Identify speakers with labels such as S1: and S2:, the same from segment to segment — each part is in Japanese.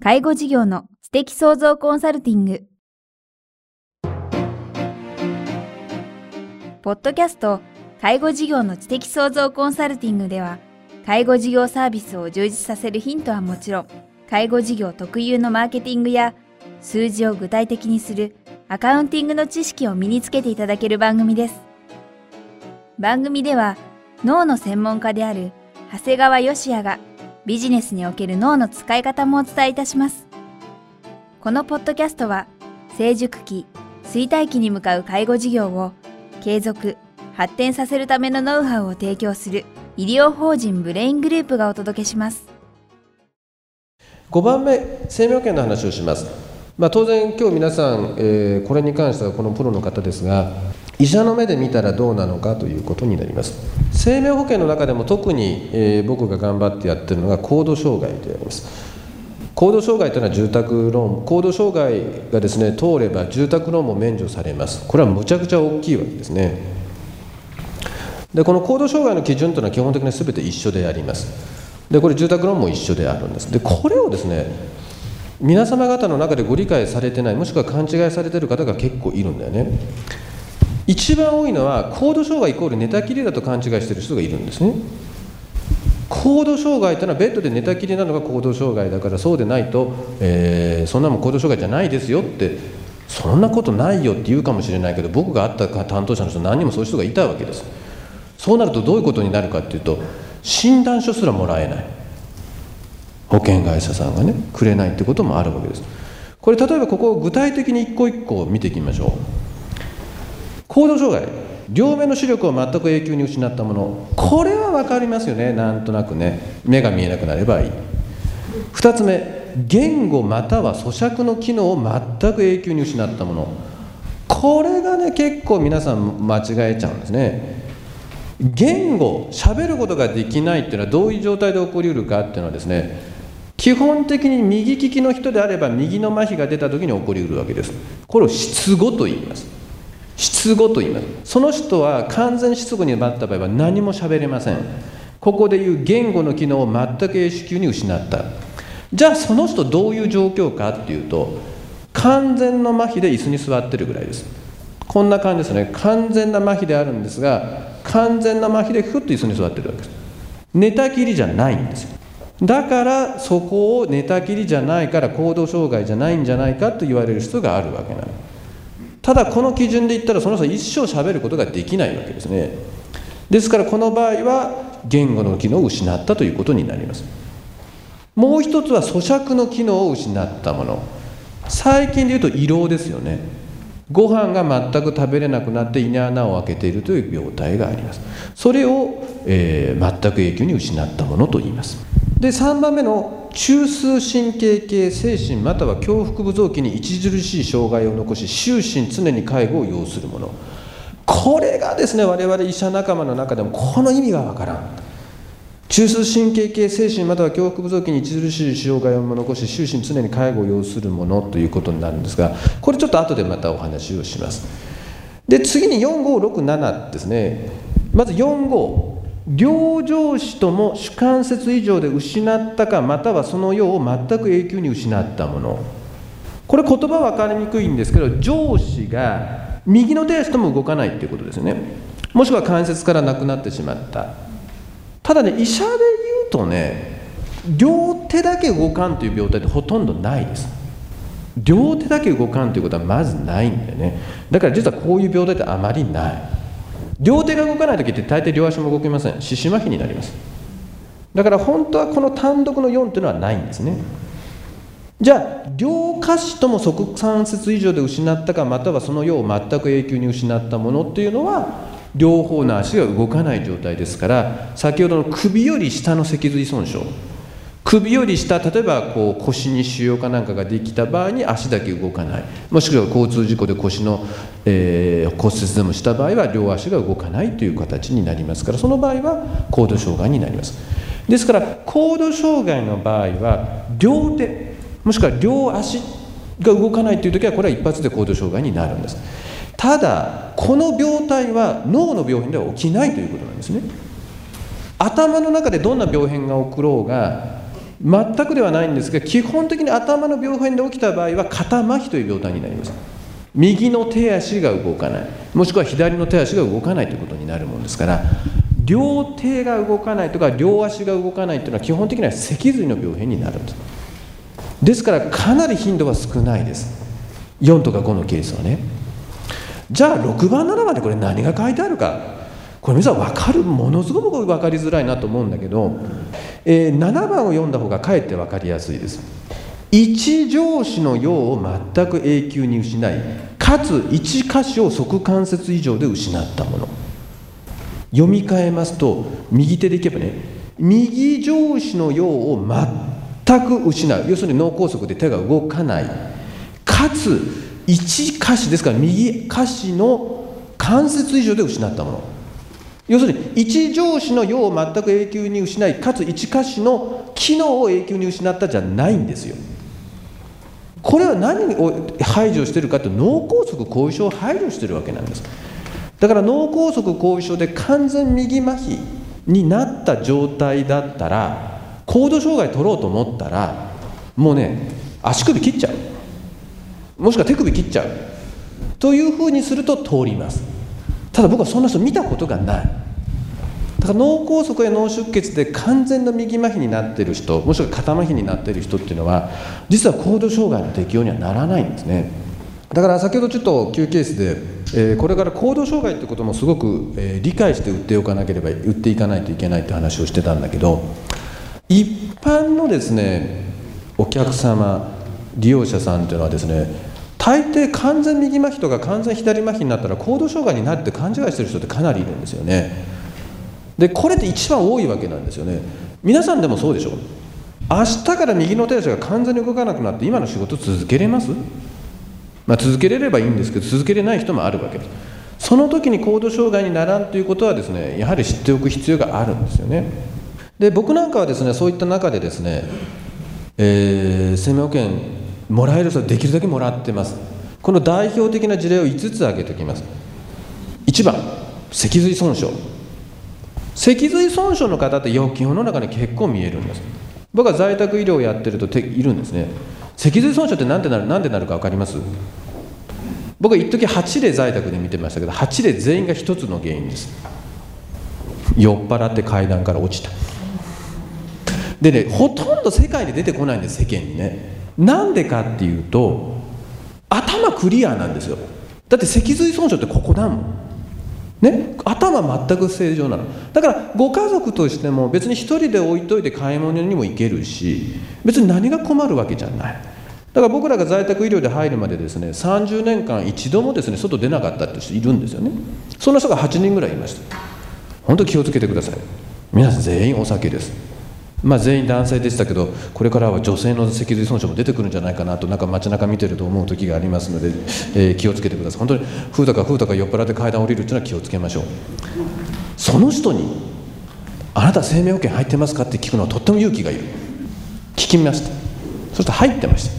S1: 介護事業の知的創造コンサルティング。ポッドキャスト介護事業の知的創造コンサルティングでは、介護事業サービスを充実させるヒントはもちろん、介護事業特有のマーケティングや数字を具体的にするアカウンティングの知識を身につけていただける番組です。番組では脳の専門家である長谷川芳也がビジネスにおける脳の使い方もお伝えいたします。このポッドキャストは成熟期、衰退期に向かう介護事業を継続、発展させるためのノウハウを提供する医療法人ブレイングループがお届けします。
S2: 5番目、生命保険の話をします。当然今日皆さん、これに関してはこのプロの方ですが、医者の目で見たらどうなのかということになります。生命保険の中でも特に、僕が頑張ってやっているのが高度障害であります。高度障害というのは住宅ローン、高度障害がですね通れば住宅ローンも免除されます。これはむちゃくちゃ大きいわけですね。でこの高度障害の基準というのは基本的に全て一緒であります。でこれ住宅ローンも一緒であるんです。でこれをですね皆様方の中でご理解されてない、もしくは勘違いされている方が結構いるんだよね。一番多いのは高度障害イコール寝たきりだと勘違いしている人がいるんですね。高度障害というのはベッドで寝たきりなのが高度障害だから、そうでないと、そんなもん高度障害じゃないですよって、そんなことないよって言うかもしれないけど、僕が会った担当者の人何人もそういう人がいたわけです。そうなるとどういうことになるかっていうと、診断書すらもらえない、保険会社さんがねくれないってこともあるわけです。これ例えばここを具体的に一個一個見ていきましょう。高度障害、両目の視力を全く永久に失ったもの、これは分かりますよね。なんとなくね、目が見えなくなればいい。2つ目、言語または咀嚼の機能を全く永久に失ったもの、これがね結構皆さん間違えちゃうんですね。言語、喋ることができないっていうのはどういう状態で起こりうるかっていうのはですね、基本的に右利きの人であれば右の麻痺が出た時に起こりうるわけです。これを失語と言います。失語と言います。その人は完全失語になった場合は何も喋れません。ここでいう言語の機能を全く永久に失った。じゃあその人どういう状況かっていうと、完全の麻痺で椅子に座ってるぐらいです。こんな感じですね。完全な麻痺であるんですが、完全な麻痺でふっと椅子に座ってるわけです。寝たきりじゃないんですよ。だからそこを寝たきりじゃないから高度障害じゃないんじゃないかと言われる人があるわけなの。ただこの基準で言ったらその人は一生喋ることができないわけですね。ですからこの場合は言語の機能を失ったということになります。もう一つは咀嚼の機能を失ったもの、最近で言うと胃ろうですよね。ご飯が全く食べれなくなって胃に穴を開けているという病態があります。それを、全く永久に失ったものと言います。で3番目の中枢神経系精神または胸腹部臓器に著しい障害を残し終身常に介護を要するもの、これがですね我々医者仲間の中でもこの意味がわからん。中枢神経系精神または胸腹部臓器に著しい障害を残し終身常に介護を要するものということになるんですが、これちょっと後でまたお話をします。で次に4567ですね。まず45、両上肢とも主関節以上で失ったかまたはそのようを全く永久に失ったもの、これ言葉は分かりにくいんですけど、上肢が右の手足とも動かないということですね。もしくは関節からなくなってしまった。ただね、医者で言うとね、両手だけ動かんという病態ってほとんどないです。両手だけ動かんということはまずないんだよね。だから実はこういう病態ってあまりない。両手が動かないときって大抵両足も動きません。四肢麻痺になります。だから本当はこの単独の4というのはないんですね。じゃあ両下肢とも側関節以上で失ったかまたはそのよう全く永久に失ったものっていうのは両方の足が動かない状態ですから、先ほどの首より下の脊髄損傷、首より下、例えばこう腰に腫瘍かなんかができた場合に足だけ動かない、もしくは交通事故で腰の、骨折でもした場合は両足が動かないという形になりますから、その場合は高度障害になります。ですから高度障害の場合は両手もしくは両足が動かないという時はこれは一発で高度障害になるんです。ただこの病態は脳の病変では起きないということなんですね。頭の中でどんな病変が起ころうが全くではないんですが、基本的に頭の病変で起きた場合は肩麻痺という病態になります。右の手足が動かない、もしくは左の手足が動かないということになるものですから、両手が動かないとか両足が動かないというのは基本的には脊髄の病変になるんです。ですからかなり頻度は少ないです。4とか5のケースはね。じゃあ6番7番でこれ何が書いてあるか、これ皆さん分かる、ものすごく分かりづらいなと思うんだけど、7番を読んだ方がかえって分かりやすいです。一上肢の葉を全く永久に失い、かつ一箇所を側関節以上で失ったもの。読み替えますと、右手でいけばね、右上肢の葉を全く失う、要するに脳梗塞で手が動かない、かつ一下肢ですから右下肢の関節以上で失ったもの。要するに一上肢の葉を全く永久に失い、かつ一下肢の機能を永久に失ったじゃないんですよ。これは何を排除しているかというと、脳梗塞後遺症を排除しているわけなんです。だから脳梗塞後遺症で完全右麻痺になった状態だったら、高度障害取ろうと思ったらもうね、足首切っちゃう、もしくは手首切っちゃうというふうにすると通ります。ただ僕はそんな人見たことがない。だから脳梗塞や脳出血で完全な右麻痺になっている人、もしくは肩麻痺になっている人っていうのは実は高度障害の適用にはならないんですね。だから先ほどちょっと9ケースで、これから高度障害ってこともすごく、理解して打っておかなければ、打っていかないといけないって話をしてたんだけど、一般のですねお客様、利用者さんというのはですね、大抵完全右麻痺とか完全左麻痺になったら高度障害になるって勘違いしてる人ってかなりいるんですよね。でこれって一番多いわけなんですよね。皆さんでもそうでしょ。明日から右の手足が完全に動かなくなって今の仕事続けれます？続けれればいいんですけど、続けれない人もあるわけです。その時に高度障害にならんということはですね、やはり知っておく必要があるんですよね。で僕なんかはですね、そういった中でですね、生命保険もらえる人はできるだけもらってます。この代表的な事例を5つ挙げておきます。1番、脊髄損傷。脊髄損傷の方って基本の中に結構見えるんです。僕は在宅医療をやってるといるんですね。脊髄損傷ってなんでなるか分かります？僕は一時8例在宅で見てましたけど、8例全員が一つの原因です。酔っ払って階段から落ちた。でね、ほとんど世界で出てこないんです、世間にね。なんでかっていうと、頭クリアなんですよ。だって脊髄損傷ってここだもんね、頭全く正常なの。だからご家族としても別に一人で置いといて買い物にも行けるし、別に何が困るわけじゃない。だから僕らが在宅医療で入るまでですね、30年間一度もですね外出なかったって人いるんですよね。その人が8人ぐらいいました。本当に気をつけてください。皆さん全員お酒です。全員男性でしたけど、これからは女性の脊髄損傷も出てくるんじゃないかなと、なんか街中見てると思う時がありますので、気をつけてください。本当に風とか酔っ払って階段降りるっていうのは気をつけましょう。その人にあなた生命保険入ってますかって聞くのはとっても勇気がいる。聞きました。そして入ってました。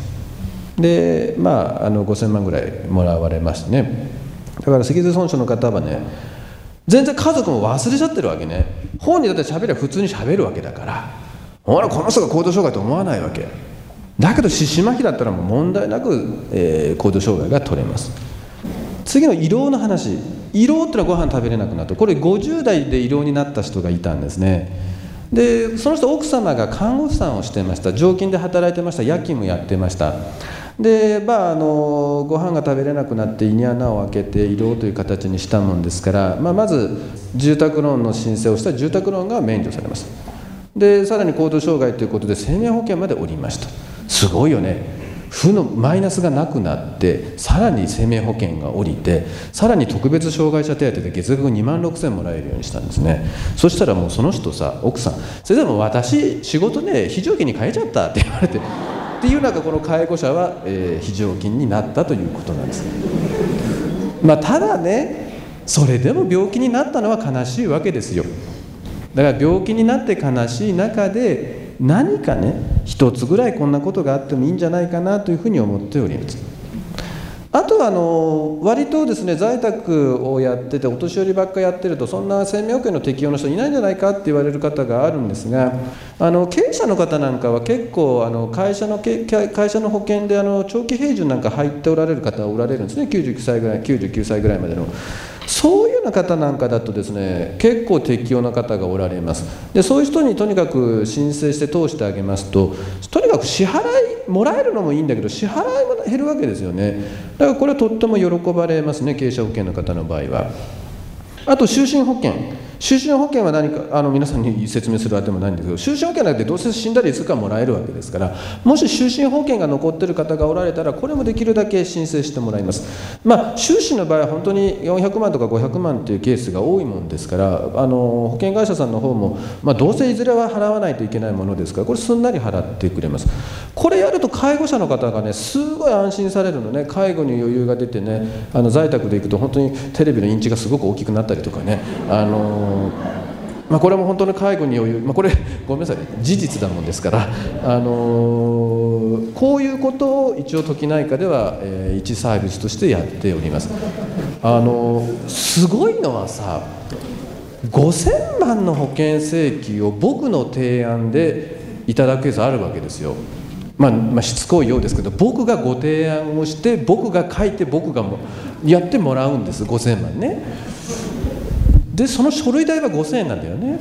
S2: で5000万ぐらいもらわれましたね。だから脊髄損傷の方はね、全然家族も忘れちゃってるわけね。本人だって喋りゃ普通に喋るわけだから、ほらこの人が高度障害と思わないわけだけど、四肢麻痺だったらもう問題なく、高度障害が取れます。次の胃ろうの話。胃ろうってのはご飯食べれなくなると、これ50代で胃ろうになった人がいたんですね。でその人、奥様が看護師さんをしてました。常勤で働いてました。夜勤もやってました。でご飯が食べれなくなって胃に穴を開けて胃ろうという形にしたもんですから、まず住宅ローンの申請をしたら住宅ローンが免除されます。でさらに高度障害ということで生命保険まで下りました。すごいよね。負のマイナスがなくなって、さらに生命保険が下りて、さらに特別障害者手当で月額2万6000もらえるようにしたんですね。そしたらもうその人さ、奥さん、それでも私仕事ね非常勤に変えちゃったって言われてっていう中、この介護者は、非常勤になったということなんです。ただね、それでも病気になったのは悲しいわけですよ。だから病気になって悲しい中で、何かね一つぐらいこんなことがあってもいいんじゃないかなというふうに思っております。あとと割とですね、在宅をやっててお年寄りばっかやってると、そんな生命保険の適用の人いないんじゃないかって言われる方があるんですが、経営者の方なんかは結構会社の保険で長期平準なんか入っておられる方はおられるんですね。99歳ぐらいまでの。そういうような方なんかだとですね、結構適用な方がおられます。でそういう人にとにかく申請して通してあげますと、とにかく支払いもらえるのもいいんだけど、支払いも減るわけですよね。だからこれはとっても喜ばれますね、経営者保険の方の場合は。あと就寝保険。就寝保険は何か皆さんに説明するあてもないんですけど、就寝保険なんてどうせ死んだりいつかもらえるわけですから、もし就寝保険が残っている方がおられたら、これもできるだけ申請してもらいます。就寝の場合は本当に400万とか500万というケースが多いもんですから、保険会社さんの方も、どうせいずれは払わないといけないものですから、これすんなり払ってくれます。これやると介護者の方がね、すごい安心されるのね。介護に余裕が出てね、在宅で行くと本当にテレビのインチがすごく大きくなったりとかね、これも本当に介護に余裕、これごめんなさい、事実だもんですから、こういうことを一応時内科では、一サービスとしてやっております。すごいのはさ、5000万の保険請求を僕の提案でいただくケースあるわけですよ。しつこいようですけど、僕がご提案をして僕が書いて僕がやってもらうんです。5000万ね。でその書類代は5000円なんだよね。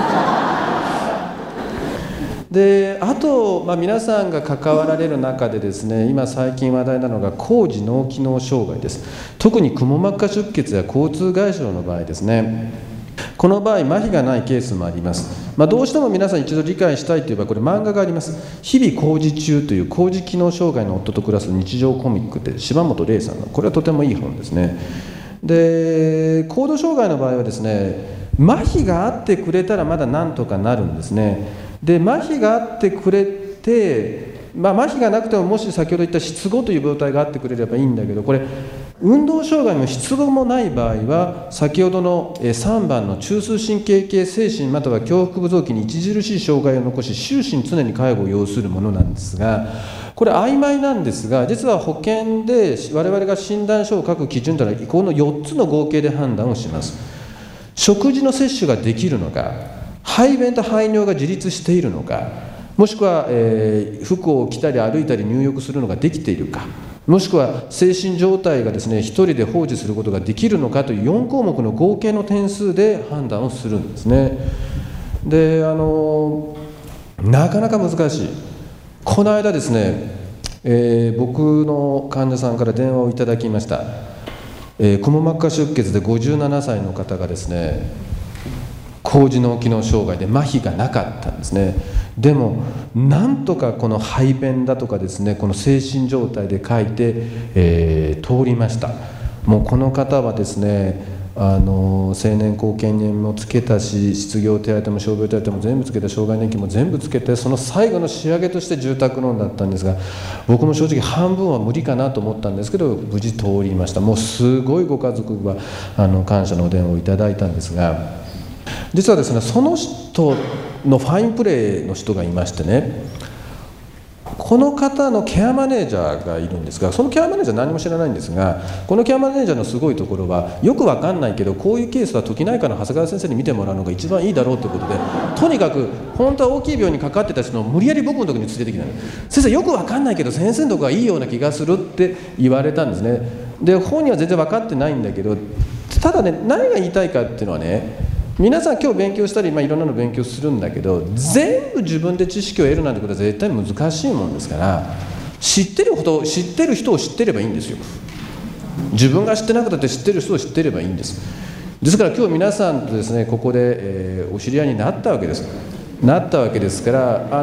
S2: であと、皆さんが関わられる中でですね、今最近話題なのが高次脳機能障害です。特にくも膜下出血や交通外傷の場合ですね。この場合麻痺がないケースもあります。どうしても皆さん一度理解したいといえば、これ漫画があります。日々工事中という高次機能障害の夫と暮らす日常コミックで、柴本玲さんの、これはとてもいい本ですね。で高度障害の場合はですね、麻痺があってくれたらまだなんとかなるんですね。で麻痺があってくれて、麻痺がなくても、もし先ほど言った失語という病態があってくれればいいんだけど、これ運動障害も失語もない場合は、先ほどの3番の中枢神経系精神または胸腹部臓器に著しい障害を残し、終始常に介護を要するものなんですが、これ曖昧なんですが、実は保険で我々が診断書を書く基準というのはこの4つの合計で判断をします。食事の摂取ができるのか、排便と排尿が自立しているのか、もしくは、服を着たり歩いたり入浴するのができているか、もしくは精神状態がですね、一人で放置することができるのかという4項目の合計の点数で判断をするんですね。でなかなか難しい。この間ですね、僕の患者さんから電話をいただきました。くも膜下出血で57歳の方がですね、高次脳機能障害で麻痺がなかったんですね。でもなんとかこの排便だとかですね、この精神状態で書いて、通りました。もうこの方はですね、青年後見人もつけたし、失業手当も傷病手当も全部つけた、障害年金も全部つけて、その最後の仕上げとして住宅ローンだったんですが、僕も正直半分は無理かなと思ったんですけど、無事通りました。もうすごいご家族は感謝のお電話をいただいたんですが、実はですね、その人のファインプレーの人がいましてね、この方のケアマネージャーがいるんですが、そのケアマネージャー何も知らないんですが、このケアマネージャーのすごいところは、よくわかんないけどこういうケースは時内科の長谷川先生に見てもらうのが一番いいだろうということで、とにかく本当は大きい病にかかってた人を無理やり僕のところに連れてきたの。先生よくわかんないけど先生のところがいいような気がするって言われたんですね。で本人は全然分かってないんだけど、ただね、何が言いたいかっていうのはね、皆さん今日勉強したり、いろんなの勉強するんだけど、全部自分で知識を得るなんてことは絶対難しいもんですから、知ってる人を知ってればいいんですよ。自分が知ってなくたって知ってる人を知ってればいいんです。ですから今日皆さんとですね、ここで、お知り合いになったわけですから、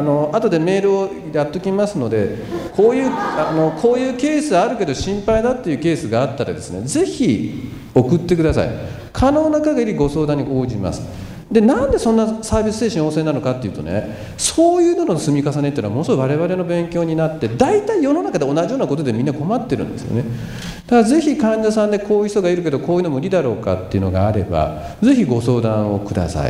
S2: 後でメールをやっときますので、こういうケースあるけど心配だっていうケースがあったらですね、ぜひ送ってください。可能な限りご相談に応じます。でなんでそんなサービス精神旺盛なのかっていうとね、そういうのの積み重ねっていうのはものすごい我々の勉強になって、大体世の中で同じようなことでみんな困ってるんですよね。だからぜひ患者さんでこういう人がいるけどこういうの無理だろうかっていうのがあれば、ぜひご相談をください。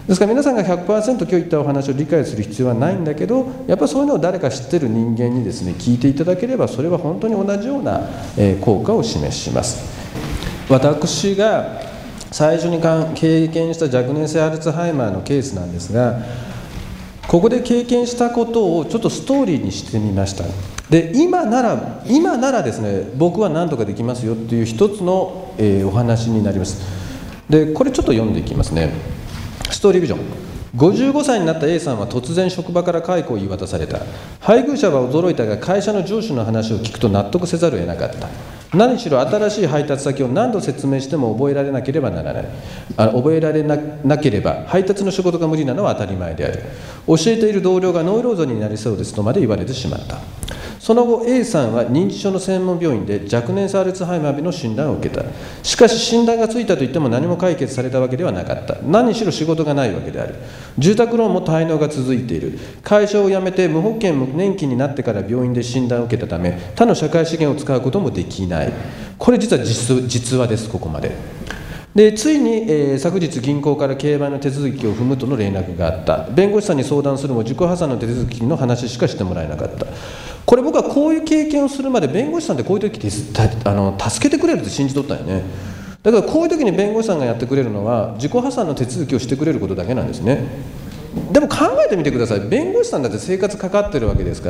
S2: ですから皆さんが 100% 今日言ったお話を理解する必要はないんだけど、やっぱりそういうのを誰か知ってる人間にですね聞いていただければ、それは本当に同じような効果を示します。私が最初に経験した若年性アルツハイマーのケースなんですが、ここで経験したことをちょっとストーリーにしてみました。で、今ならですね、僕は何とかできますよっていう一つの、お話になります。で、これちょっと読んでいきますね。ストーリービジョン。55歳になった A さんは突然職場から解雇を言い渡された。配偶者は驚いたが、会社の上司の話を聞くと納得せざるを得なかった。何しろ新しい配達先を何度説明しても覚えられなければならない。覚えられなければ配達の仕事が無理なのは当たり前である。教えている同僚がノイローゼになりそうですとまで言われてしまった。その後 A さんは認知症の専門病院で若年性アルツハイマー病の診断を受けた。しかし診断がついたといっても何も解決されたわけではなかった。何しろ仕事がないわけである。住宅ローンも滞納が続いている。会社を辞めて無保険無年金になってから病院で診断を受けたため、他の社会資源を使うこともできない。これ実は実話です。ここまでで、ついに、昨日銀行から競売の手続きを踏むとの連絡があった。弁護士さんに相談するも自己破産の手続きの話しかしてもらえなかった。これ僕はこういう経験をするまで弁護士さんってこういう時助けてくれるって信じとったんよね。だからこういう時に弁護士さんがやってくれるのは自己破産の手続きをしてくれることだけなんですね。でも考えてみてください。弁護士さんだって生活かかってるわけですから、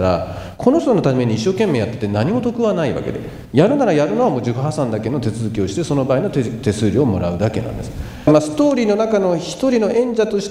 S2: この人のために一生懸命やってて何も得はないわけで、やるならやるのはもう自己破産だけの手続きをして、その場合の手数料をもらうだけなんです。ストーリーの中の一人の演者として、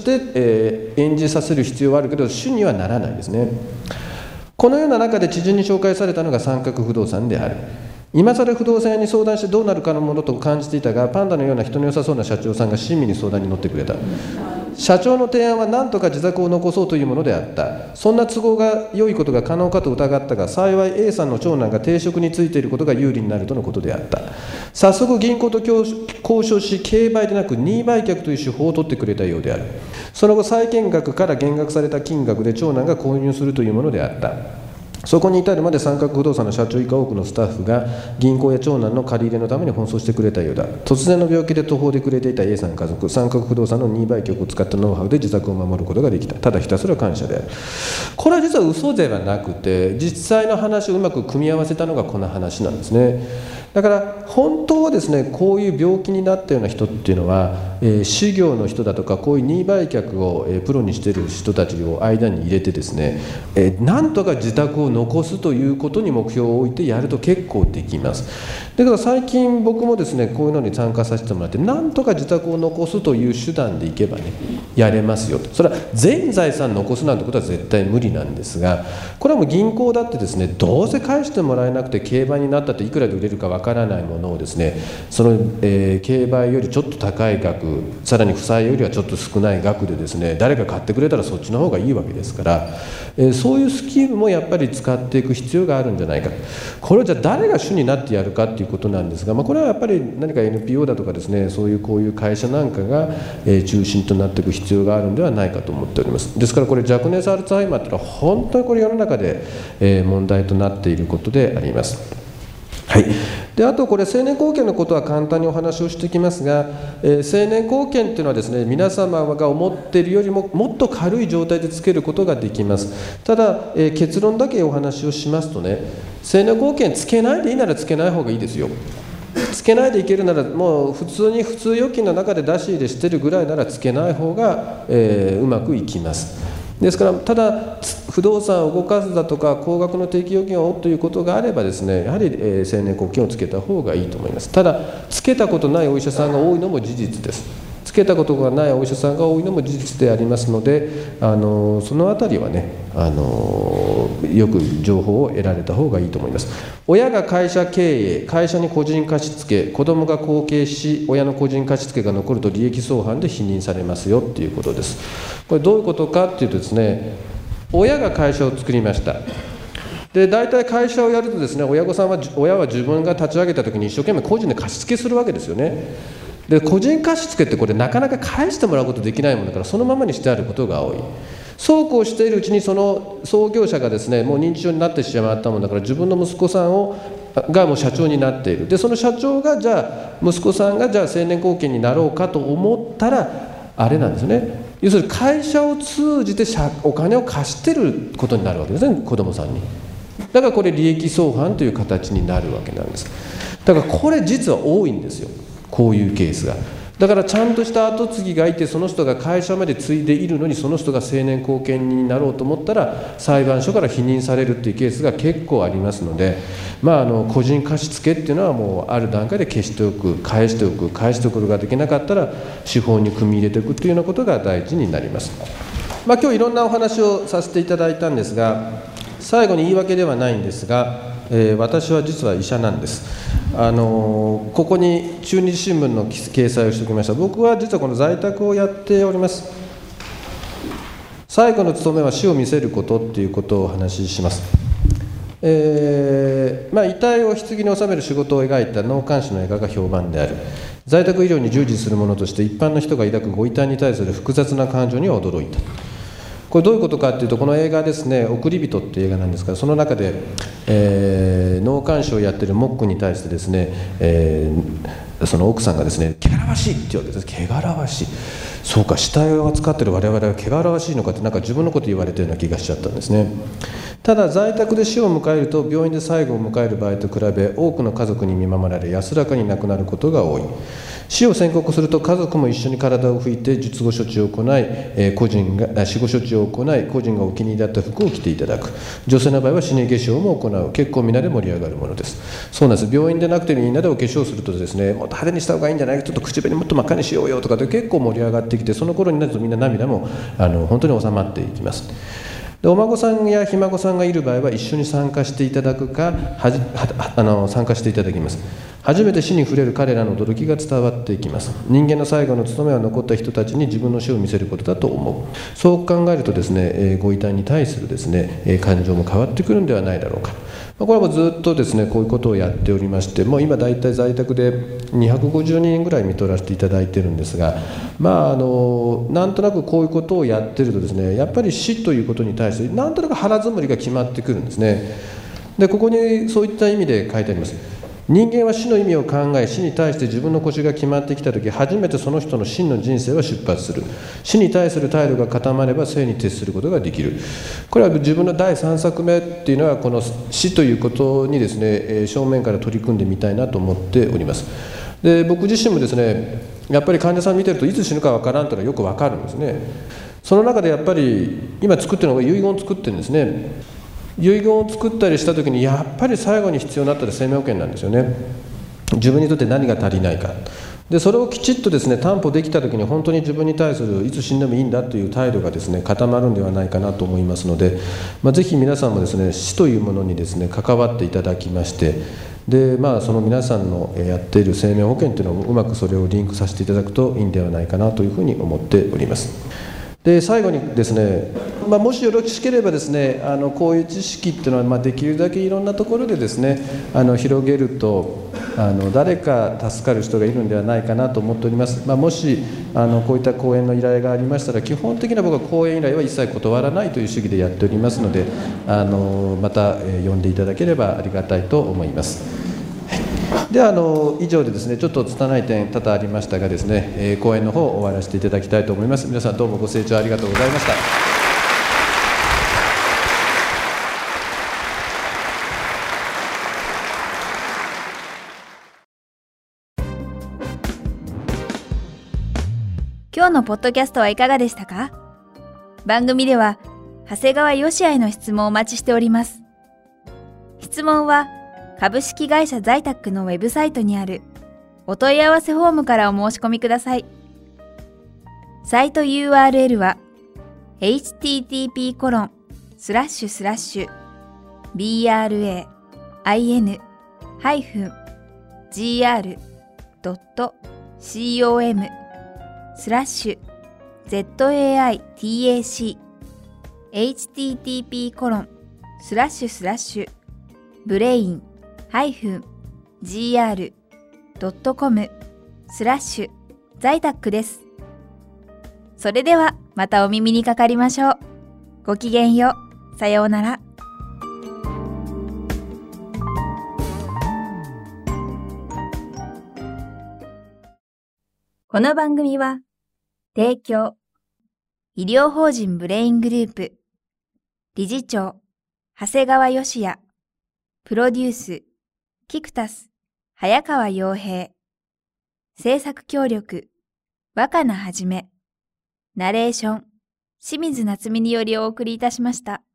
S2: 演じさせる必要はあるけど主にはならないですね。このような中で知人に紹介されたのが三角不動産である。今更不動産屋に相談してどうなるかのものと感じていたが、パンダのような人の良さそうな社長さんが親身に相談に乗ってくれた。社長の提案は何とか自宅を残そうというものであった。そんな都合が良いことが可能かと疑ったが、幸い A さんの長男が定職についていることが有利になるとのことであった。早速銀行と交渉し、競売でなく任意売却という手法を取ってくれたようである。その後債権額から減額された金額で長男が購入するというものであった。そこに至るまで三角不動産の社長以下多くのスタッフが銀行や長男の借り入れのために奔走してくれたようだ。突然の病気で途方で暮れていた A さん家族、三角不動産の任意売却を使ったノウハウで自宅を守ることができた。ただひたすら感謝である。これは実は嘘ではなくて、実際の話をうまく組み合わせたのがこの話なんですね。だから本当はですね、こういう病気になったような人っていうのは、修行の人だとかこういう任意売却を、プロにしている人たちを間に入れてですね、なんとか自宅を残すということに目標を置いてやると結構できます。だから最近僕もですね、こういうのに参加させてもらって、なんとか自宅を残すという手段でいけばね、やれますよと。それは全財産残すなんてことは絶対無理なんですが、これはもう銀行だってですね、どうせ返してもらえなくて競売になったっていくらで売れるかわからないものをですね、その、競売よりちょっと高い額、さらに負債よりはちょっと少ない額でですね、誰か買ってくれたらそっちの方がいいわけですから、そういうスキームもやっぱり使っていく必要があるんじゃないか。これをじゃあ誰が主になってやるかっていうことなんですが、これはやっぱり何か NPO だとかですね、そういうこういう会社なんかが、中心となっていく必要があるんではないかと思っております。ですからこれ若年性アルツハイマーというのは本当にこれ世の中で、問題となっていることであります。はい、であとこれ成年後見のことは簡単にお話をしていきますが、成年後見というのはですね、皆様が思っているよりももっと軽い状態でつけることができます。ただ、結論だけお話をしますとね、成年後見つけないでいいならつけない方がいいですよ。つけないでいけるならもう普通預金の中で出し入れしてるぐらいならつけない方が、うまくいきます。ですからただ不動産を動かすだとか高額の定期預金を負うということがあればですね、やはり成年後見をつけた方がいいと思います。ただつけたことないお医者さんが多いのも事実です。つけたことがないお医者さんが多いのも事実でありますので、そのあたりはね、よく情報を得られた方がいいと思います。親が会社経営、会社に個人貸付、子どもが後継し親の個人貸付が残ると利益相反で否認されますよということです。これどういうことかというとですね、親が会社を作りました。で大体会社をやるとですね、親は自分が立ち上げた時に一生懸命個人で貸付するわけですよね。で個人貸付ってこれなかなか返してもらうことできないものだから、そのままにしてあることが多い。そうこうしているうちにその創業者がですね、もう認知症になってしまったものだから、自分の息子さんがもう社長になっている。でその社長がじゃあ息子さんがじゃあ成年後見になろうかと思ったらあれなんですね、 要するに会社を通じてお金を貸してることになるわけですね、子どもさんに。だからこれ利益相反という形になるわけなんです。だからこれ実は多いんですよ、こういうケースが。だからちゃんとした後継ぎがいて、その人が会社まで継いでいるのに、その人が成年後見になろうと思ったら裁判所から否認されるっていうケースが結構ありますので、個人貸付っていうのはもうある段階で消しておく、返しておくことができなかったら司法に組み入れていくというようなことが大事になります。今日いろんなお話をさせていただいたんですが、最後に言い訳ではないんですが、私は実は医者なんです。ここに中日新聞の掲載をしておきました。僕は実はこの在宅をやっております。最後の務めは死を見せることっていうことをお話しします。遺体を棺に収める仕事を描いた納棺師の映画が評判である。在宅医療に従事する者として一般の人が抱くご遺体に対する複雑な感情には驚いた。これどういうことかというと、この映画ですね、送り人っていう映画なんですが、その中で、納棺師をやっているモックに対してですね、その奥さんがですね、汚らわしいって言うわけです。汚らわしい、そうか、死体を扱っている我々は汚らわしいのかって、なんか自分のこと言われてるような気がしちゃったんですね。ただ在宅で死を迎えると、病院で最後を迎える場合と比べ多くの家族に見守られ安らかに亡くなることが多い。死を宣告すると家族も一緒に体を拭いて術後処置を行い、死後処置を行い、個人がお気に入りだった服を着ていただく。女性の場合は死に化粧も行う。結構みんなで盛り上がるものです。そうなんです。病院でなくてみんなでお化粧するとですね、もっと派手にした方がいいんじゃない、ちょっと口紅もっと真っ赤にしようよとかで結構盛り上がってきて、その頃になるとみんな涙も本当に収まっていきます。でお孫さんやひ孫さんがいる場合は一緒に参加していただくか参加していただきます。初めて死に触れる彼らの驚きが伝わっていきます。人間の最後の務めは残った人たちに自分の死を見せることだと思う。そう考えるとですね、ご遺体に対するですね、感情も変わってくるんではないだろうか。これはもうずっとですね、こういうことをやっておりまして、もう今だいたい在宅で250人ぐらい見取らせていただいているんですが、なんとなくこういうことをやってるとですね、やっぱり死ということに対してなんとなく腹積もりが決まってくるんですね。でここにそういった意味で書いてあります。人間は死の意味を考え、死に対して自分の腰が決まってきたとき、初めてその人の真の人生は出発する。死に対する態度が固まれば生に徹することができる。これは自分の第3作目っていうのは、この死ということにですね、正面から取り組んでみたいなと思っております。で僕自身もですね、やっぱり患者さん見てるといつ死ぬかわからんというのはよくわかるんですね。その中でやっぱり今作ってるのが遺言を作ってるんですね。遺言を作ったりしたときに、やっぱり最後に必要になったら生命保険なんですよね。自分にとって何が足りないか。でそれをきちっとですね、担保できたときに、本当に自分に対するいつ死んでもいいんだという態度がですね、固まるんではないかなと思いますので、ぜひ皆さんもですね、死というものにですね、関わっていただきまして、でその皆さんのやっている生命保険というのをうまくそれをリンクさせていただくといいんではないかなというふうに思っております。で最後にですね、もしよろしければですね、こういう知識っていうのは、できるだけいろんなところでですね、広げると誰か助かる人がいるんではないかなと思っております。もしこういった講演の依頼がありましたら、基本的な僕は講演依頼は一切断らないという主義でやっておりますので、また呼んでいただければありがたいと思います。では以上でですね、ちょっと拙い点多々ありましたがですね、講演の方を終わらせていただきたいと思います。皆さんどうもご清聴ありがとうございました。
S1: 今日のポッドキャストはいかがでしたか？番組では長谷川芳也への質問をお待ちしております。質問は株式会社在宅のウェブサイトにあるお問い合わせフォームからお申し込みください。サイト URL は brain-gr.com/在宅です。それではまたお耳にかかりましょう。ごきげんよう。さようなら。この番組は提供医療法人ブレイングループ。理事長、長谷川義也。プロデュース、キクタス、早川洋平。制作協力、若菜はじめ。ナレーション、清水夏美によりお送りいたしました。